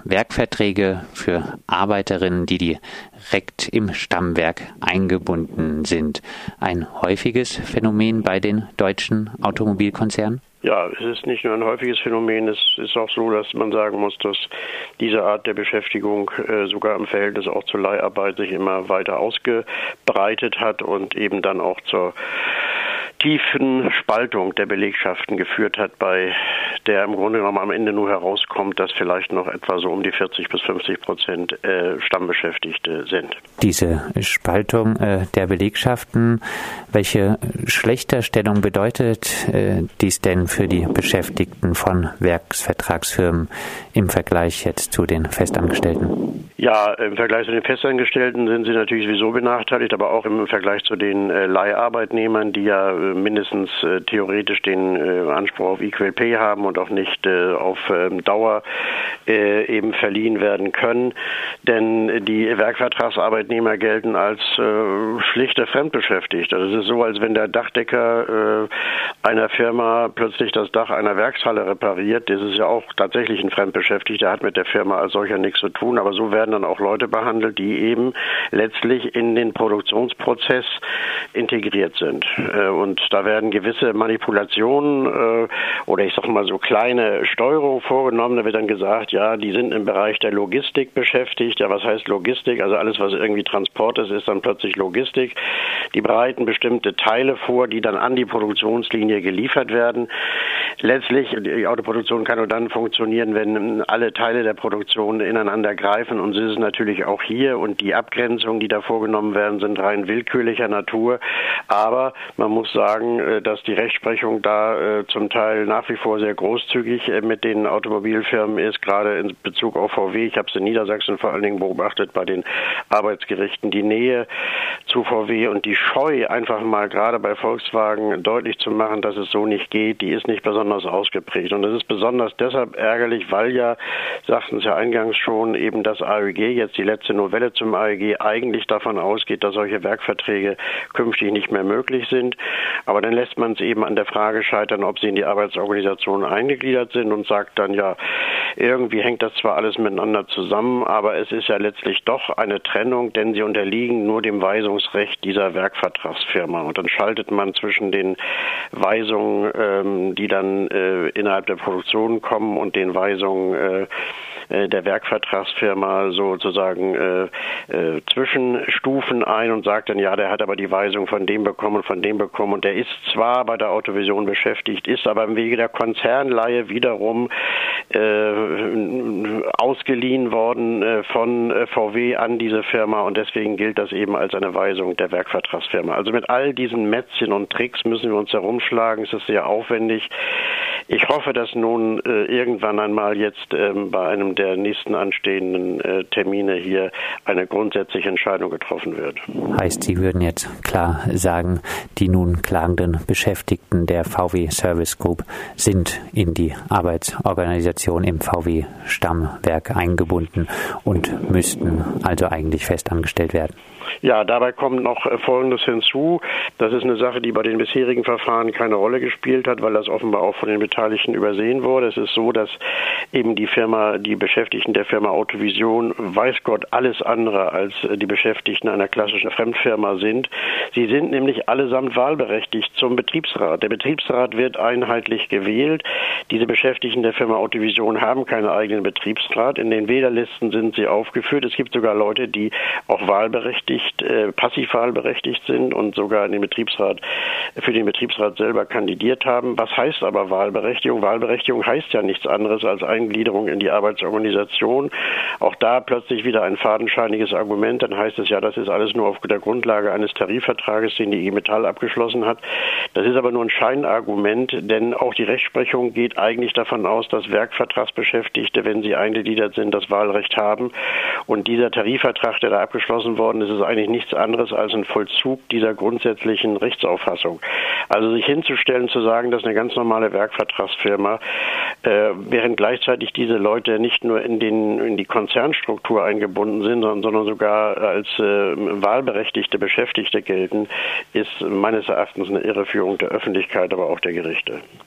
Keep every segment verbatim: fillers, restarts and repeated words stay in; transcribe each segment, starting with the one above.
Werkverträge für Arbeiterinnen, die direkt im Stammwerk eingebunden sind, ein häufiges Phänomen bei den deutschen Automobilkonzernen? Ja, es ist nicht nur ein häufiges Phänomen, es ist auch so, dass man sagen muss, dass diese Art der Beschäftigung äh, sogar im Verhältnis auch zur Leiharbeit sich immer weiter ausgebreitet hat und eben dann auch zur tiefen Spaltung der Belegschaften geführt hat, bei der im Grunde genommen am Ende nur herauskommt, dass vielleicht noch etwa so um die vierzig bis fünfzig Prozent äh, Stammbeschäftigte sind. Diese Spaltung äh, der Belegschaften, welche Schlechterstellung bedeutet äh, dies denn für die Beschäftigten von Werksvertragsfirmen im Vergleich jetzt zu den Festangestellten? Ja, im Vergleich zu den Festangestellten sind sie natürlich sowieso benachteiligt, aber auch im Vergleich zu den äh, Leiharbeitnehmern, die ja äh, mindestens äh, theoretisch den äh, Anspruch auf Equal Pay haben und auch nicht äh, auf ähm, Dauer äh, eben verliehen werden können. Denn die Werkvertragsarbeitnehmer gelten als äh, schlichte Fremdbeschäftigte. Das ist so, als wenn der Dachdecker äh, einer Firma plötzlich das Dach einer Werkshalle repariert. Das ist ja auch tatsächlich ein Fremdbeschäftigter, hat mit der Firma als solcher nichts zu tun, aber so werden dann auch Leute behandelt, die eben letztlich in den Produktionsprozess integriert sind. Und da werden gewisse Manipulationen oder ich sag mal so kleine Steuerungen vorgenommen. Da wird dann gesagt, ja, die sind im Bereich der Logistik beschäftigt. Ja, was heißt Logistik? Also alles, was irgendwie Transport ist, ist dann plötzlich Logistik. Die bereiten bestimmte Teile vor, die dann an die Produktionslinie geliefert werden. Letztlich, die Autoproduktion kann nur dann funktionieren, wenn alle Teile der Produktion ineinander greifen. Und so ist es natürlich auch hier. Und die Abgrenzungen, die da vorgenommen werden, sind rein willkürlicher Natur. Aber man muss sagen, dass die Rechtsprechung da zum Teil nach wie vor sehr großzügig mit den Automobilfirmen ist, gerade in Bezug auf V W. Ich habe es in Niedersachsen vor allen Dingen beobachtet bei den Arbeitsgerichten. Die Nähe zu V W und die Scheu, einfach mal gerade bei Volkswagen deutlich zu machen, dass es so nicht geht, die ist nicht besonders ausgeprägt. Und das ist besonders deshalb ärgerlich, weil ja, sagten Sie ja eingangs schon, eben das A Ö G, jetzt die letzte Novelle zum A Ö G, eigentlich davon ausgeht, dass solche Werkverträge künftig nicht mehr möglich sind. Aber dann lässt man es eben an der Frage scheitern, ob sie in die Arbeitsorganisation eingegliedert sind und sagt dann, ja, irgendwie hängt das zwar alles miteinander zusammen, aber es ist ja letztlich doch eine Trennung, denn sie unterliegen nur dem Weisungsrecht dieser Werkvertragsfirma. Und dann schaltet man zwischen den Weisungen, ähm, die dann äh, innerhalb der Produktion kommen und den Weisungen äh, der Werkvertragsfirma sozusagen äh, äh, Zwischenstufen ein und sagt dann, ja, der hat aber die Weisung von dem bekommen und von dem bekommen und der ist zwar bei der Autovision beschäftigt, ist aber im Wege der Konzernleihe wiederum äh, ausgeliehen worden äh, von äh, V W an diese Firma und deswegen gilt das eben als eine Weisung der Werkvertragsfirma. Also mit all diesen Mätzchen und Tricks müssen wir uns herumschlagen, es ist sehr aufwendig. Ich hoffe, dass nun äh, irgendwann einmal jetzt ähm, bei einem der nächsten anstehenden äh, Termine hier eine grundsätzliche Entscheidung getroffen wird. Heißt, Sie würden jetzt klar sagen, die nun klagenden Beschäftigten der V W Service Group sind in die Arbeitsorganisation im V W-Stammwerk eingebunden und müssten also eigentlich festangestellt werden. Ja, dabei kommt noch Folgendes hinzu. Das ist eine Sache, die bei den bisherigen Verfahren keine Rolle gespielt hat, weil das offenbar auch von den Beteiligten übersehen wurde. Es ist so, dass eben die Firma, die Beschäftigten der Firma Autovision, weiß Gott, alles andere als die Beschäftigten einer klassischen Fremdfirma sind. Sie sind nämlich allesamt wahlberechtigt zum Betriebsrat. Der Betriebsrat wird einheitlich gewählt. Diese Beschäftigten der Firma Autovision haben keinen eigenen Betriebsrat. In den Wählerlisten sind sie aufgeführt. Es gibt sogar Leute, die auch wahlberechtigt Äh, passiv wahlberechtigt sind und sogar in den Betriebsrat, für den Betriebsrat selber kandidiert haben. Was heißt aber Wahlberechtigung? Wahlberechtigung heißt ja nichts anderes als Eingliederung in die Arbeitsorganisation. Auch da plötzlich wieder ein fadenscheiniges Argument. Dann heißt es ja, das ist alles nur auf der Grundlage eines Tarifvertrages, den die I G Metall abgeschlossen hat. Das ist aber nur ein Scheinargument, denn auch die Rechtsprechung geht eigentlich davon aus, dass Werkvertragsbeschäftigte, wenn sie eingegliedert sind, das Wahlrecht haben. Und dieser Tarifvertrag, der da abgeschlossen worden ist, ist eigentlich nichts anderes als ein Vollzug dieser grundsätzlichen Rechtsauffassung. Also sich hinzustellen, zu sagen, dass eine ganz normale Werkvertragsfirma, äh, während gleichzeitig diese Leute nicht nur in den in die Konzernstruktur eingebunden sind, sondern, sondern sogar als äh, wahlberechtigte Beschäftigte gelten, ist meines Erachtens eine Irreführung der Öffentlichkeit, aber auch der Gerichte.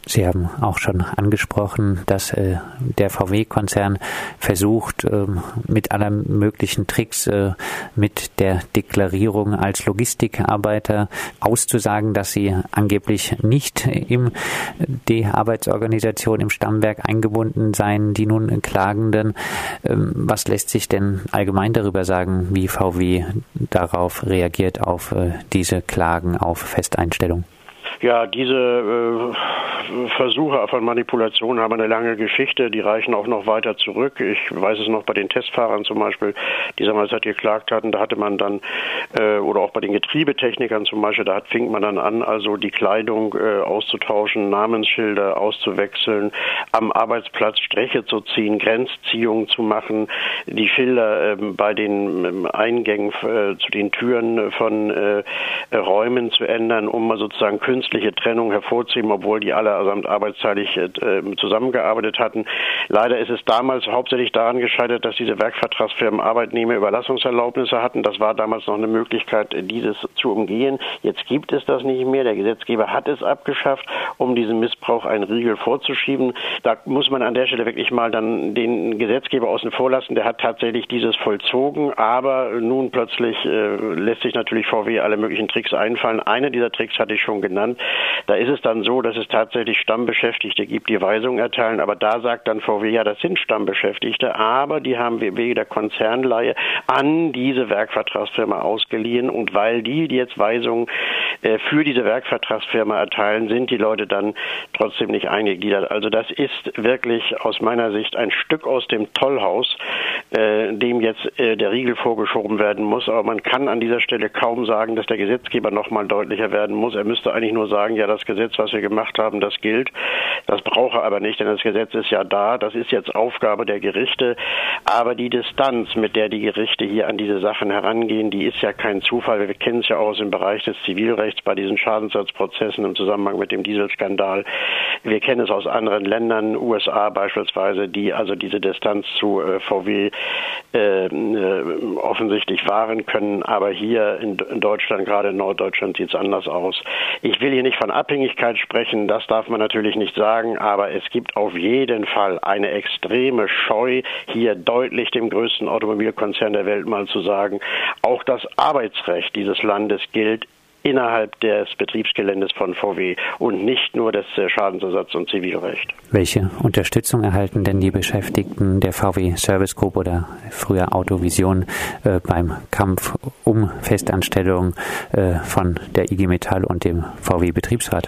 Sie haben auch schon angesprochen, dass äh, der V W-Konzern versucht, äh, mit allen möglichen Tricks, äh, mit der Deklarierung als Logistikarbeiter auszusagen, dass sie angeblich nicht in die Arbeitsorganisation im Stammwerk eingebunden seien, die nun Klagenden. Ähm, was lässt sich denn allgemein darüber sagen, wie V W darauf reagiert, auf äh, diese Klagen auf Festeinstellung? Ja, diese äh, Versuche von Manipulation haben eine lange Geschichte, die reichen auch noch weiter zurück. Ich weiß es noch bei den Testfahrern zum Beispiel, die damals halt geklagt hatten, da hatte man dann, äh, oder auch bei den Getriebetechnikern zum Beispiel, da hat, fing man dann an, also die Kleidung äh, auszutauschen, Namensschilder auszuwechseln, am Arbeitsplatz Striche zu ziehen, Grenzziehungen zu machen, die Schilder äh, bei den äh, Eingängen äh, zu den Türen von äh, Räumen zu ändern, um mal sozusagen künstliche Trennung hervorzuheben, obwohl die allesamt arbeitsteilig äh, zusammengearbeitet hatten. Leider ist es damals hauptsächlich daran gescheitert, dass diese Werkvertragsfirmen Arbeitnehmerüberlassungserlaubnisse hatten. Das war damals noch eine Möglichkeit, dieses zu umgehen. Jetzt gibt es das nicht mehr. Der Gesetzgeber hat es abgeschafft, um diesem Missbrauch einen Riegel vorzuschieben. Da muss man an der Stelle wirklich mal dann den Gesetzgeber außen vor lassen. Der hat tatsächlich dieses vollzogen, aber nun plötzlich äh, lässt sich natürlich V W alle möglichen Tricks einfallen. Einer dieser Tricks hatte ich schon genannt. Da ist es dann so, dass es tatsächlich Stammbeschäftigte gibt, die Weisungen erteilen, aber da sagt dann V W, ja, das sind Stammbeschäftigte, aber die haben wir wegen der Konzernleihe an diese Werkvertragsfirma ausgeliehen und weil die, die jetzt Weisungen äh, für diese Werkvertragsfirma erteilen, sind die Leute dann trotzdem nicht eingegliedert. Also das ist wirklich aus meiner Sicht ein Stück aus dem Tollhaus, äh, dem jetzt äh, der Riegel vorgeschoben werden muss, aber man kann an dieser Stelle kaum sagen, dass der Gesetzgeber noch mal deutlicher werden muss. Er müsste eigentlich nur sagen, ja, das Gesetz, was wir gemacht haben, das gilt. Das braucht er aber nicht, denn das Gesetz ist ja da. Das ist jetzt Aufgabe der Gerichte. Aber die Distanz, mit der die Gerichte hier an diese Sachen herangehen, die ist ja kein Zufall. Wir kennen es ja auch aus dem Bereich des Zivilrechts bei diesen Schadensersatzprozessen im Zusammenhang mit dem Dieselskandal. Wir kennen es aus anderen Ländern, U S A beispielsweise, die also diese Distanz zu äh, V W äh, äh, offensichtlich wahren können. Aber hier in, in Deutschland, gerade in Norddeutschland, sieht es anders aus. Ich will hier nicht von Abhängigkeit sprechen, das darf man natürlich nicht sagen, aber es gibt auf jeden Fall eine extreme Scheu, hier deutlich dem größten Automobilkonzern der Welt mal zu sagen, auch das Arbeitsrecht dieses Landes gilt innerhalb des Betriebsgeländes von V W und nicht nur das Schadensersatz- und Zivilrecht. Welche Unterstützung erhalten denn die Beschäftigten der V W Service Group oder früher Autovision äh, beim Kampf um Festanstellung äh, von der I G Metall und dem V W-Betriebsrat?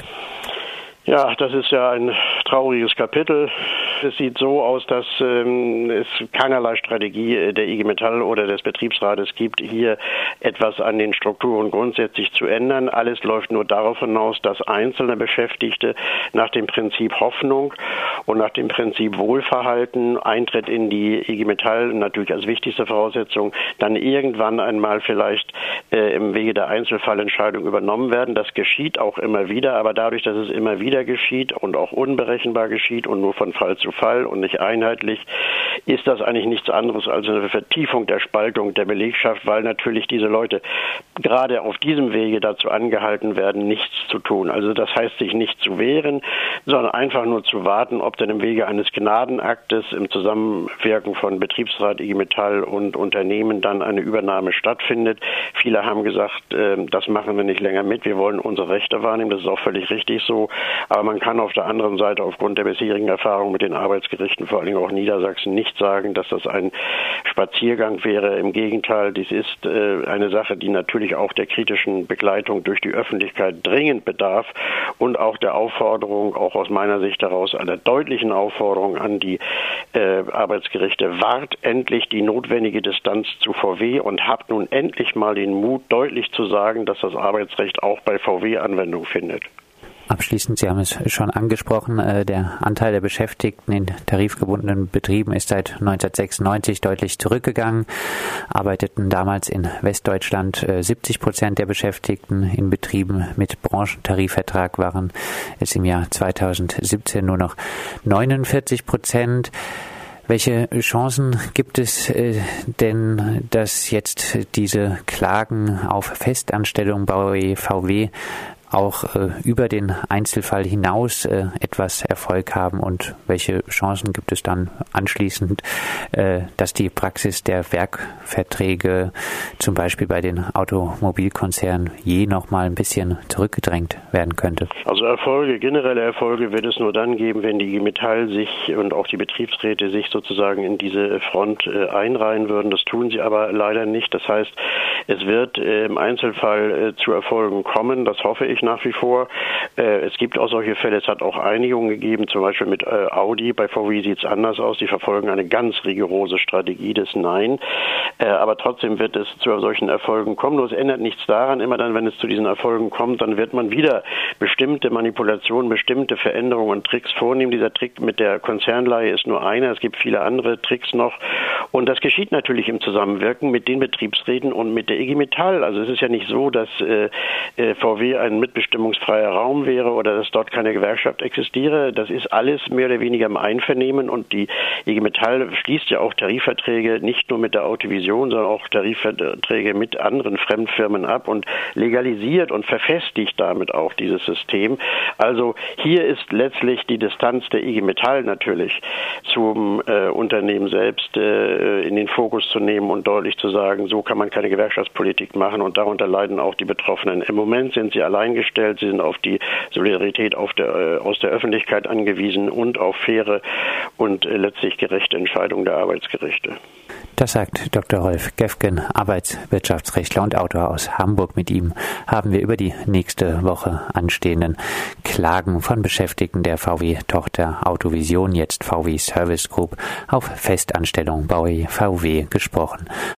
Ja, das ist ja ein trauriges Kapitel. Es sieht so aus, dass ähm, es keinerlei Strategie der I G Metall oder des Betriebsrates gibt, hier etwas an den Strukturen grundsätzlich zu ändern. Alles läuft nur darauf hinaus, dass einzelne Beschäftigte nach dem Prinzip Hoffnung und nach dem Prinzip Wohlverhalten, Eintritt in die I G Metall natürlich als wichtigste Voraussetzung, dann irgendwann einmal vielleicht äh, im Wege der Einzelfallentscheidung übernommen werden. Das geschieht auch immer wieder, aber dadurch, dass es immer wieder geschieht und auch unberechenbar geschieht und nur von Fall zu Fall und nicht einheitlich, ist das eigentlich nichts anderes als eine Vertiefung der Spaltung der Belegschaft, weil natürlich diese Leute gerade auf diesem Wege dazu angehalten werden, nichts zu tun. Also das heißt, sich nicht zu wehren, sondern einfach nur zu warten, ob dann im Wege eines Gnadenaktes im Zusammenwirken von Betriebsrat, I G Metall und Unternehmen dann eine Übernahme stattfindet. Viele haben gesagt, das machen wir nicht länger mit, wir wollen unsere Rechte wahrnehmen, das ist auch völlig richtig so. Aber man kann auf der anderen Seite aufgrund der bisherigen Erfahrung mit den Arbeitsgerichten, vor allen Dingen auch Niedersachsen, nicht sagen, dass das ein Spaziergang wäre. Im Gegenteil, dies ist äh, eine Sache, die natürlich auch der kritischen Begleitung durch die Öffentlichkeit dringend bedarf und auch der Aufforderung, auch aus meiner Sicht heraus, einer deutlichen Aufforderung an die äh, Arbeitsgerichte, wahrt endlich die notwendige Distanz zu V W und habt nun endlich mal den Mut, deutlich zu sagen, dass das Arbeitsrecht auch bei V W Anwendung findet. Abschließend, Sie haben es schon angesprochen, der Anteil der Beschäftigten in tarifgebundenen Betrieben ist seit neunzehnhundertsechsundneunzig deutlich zurückgegangen. Arbeiteten damals in Westdeutschland siebzig Prozent der Beschäftigten, in Betrieben mit Branchentarifvertrag waren es im Jahr zweitausendsiebzehn nur noch neunundvierzig Prozent. Welche Chancen gibt es äh, denn, dass jetzt diese Klagen auf Festanstellung bei V W auch äh, über den Einzelfall hinaus äh, etwas Erfolg haben und welche Chancen gibt es dann anschließend, äh, dass die Praxis der Werkverträge zum Beispiel bei den Automobilkonzernen je noch mal ein bisschen zurückgedrängt werden könnte? Also Erfolge, generelle Erfolge wird es nur dann geben, wenn die I G Metall sich und auch die Betriebsräte sich sozusagen in diese Front äh, einreihen würden. Das tun sie aber leider nicht. Das heißt, es wird äh, im Einzelfall äh, zu Erfolgen kommen. Das hoffe ich nach wie vor. Äh, es gibt auch solche Fälle. Es hat auch Einigungen gegeben, zum Beispiel mit äh, Audi. Bei V W sieht es anders aus. Die verfolgen eine ganz rigorose Strategie des Nein. Äh, aber trotzdem wird es zu solchen Erfolgen kommen. Nur es ändert nichts daran. Immer dann, wenn es zu diesen Erfolgen kommt, dann wird man wieder bestimmte Manipulationen, bestimmte Veränderungen und Tricks vornehmen. Dieser Trick mit der Konzernleihe ist nur einer. Es gibt viele andere Tricks noch. Und das geschieht natürlich im Zusammenwirken mit den Betriebsräten und mit der I G Metall. Also es ist ja nicht so, dass äh, V W ein mitbestimmungsfreier Raum wäre oder dass dort keine Gewerkschaft existiere. Das ist alles mehr oder weniger im Einvernehmen und die I G Metall schließt ja auch Tarifverträge nicht nur mit der Autovision, sondern auch Tarifverträge mit anderen Fremdfirmen ab und legalisiert und verfestigt damit auch dieses System. Also hier ist letztlich die Distanz der I G Metall natürlich zum äh, Unternehmen selbst äh, in den Fokus zu nehmen und deutlich zu sagen, so kann man keine Gewerkschaftspolitik machen und darunter leiden auch die Betroffenen. Im Moment sind sie alleingestellt, sie sind auf die Solidarität auf der, äh, aus der Öffentlichkeit angewiesen und auf faire und äh, letztlich gerechte Entscheidungen der Arbeitsgerichte. Das sagt Doktor Rolf Gefgen, Arbeitswirtschaftsrechtler und Autor aus Hamburg. Mit ihm haben wir über die nächste Woche anstehenden Klagen von Beschäftigten der V W-Tochter Autovision, jetzt V W Service Group, auf Festanstellung bei V W gesprochen.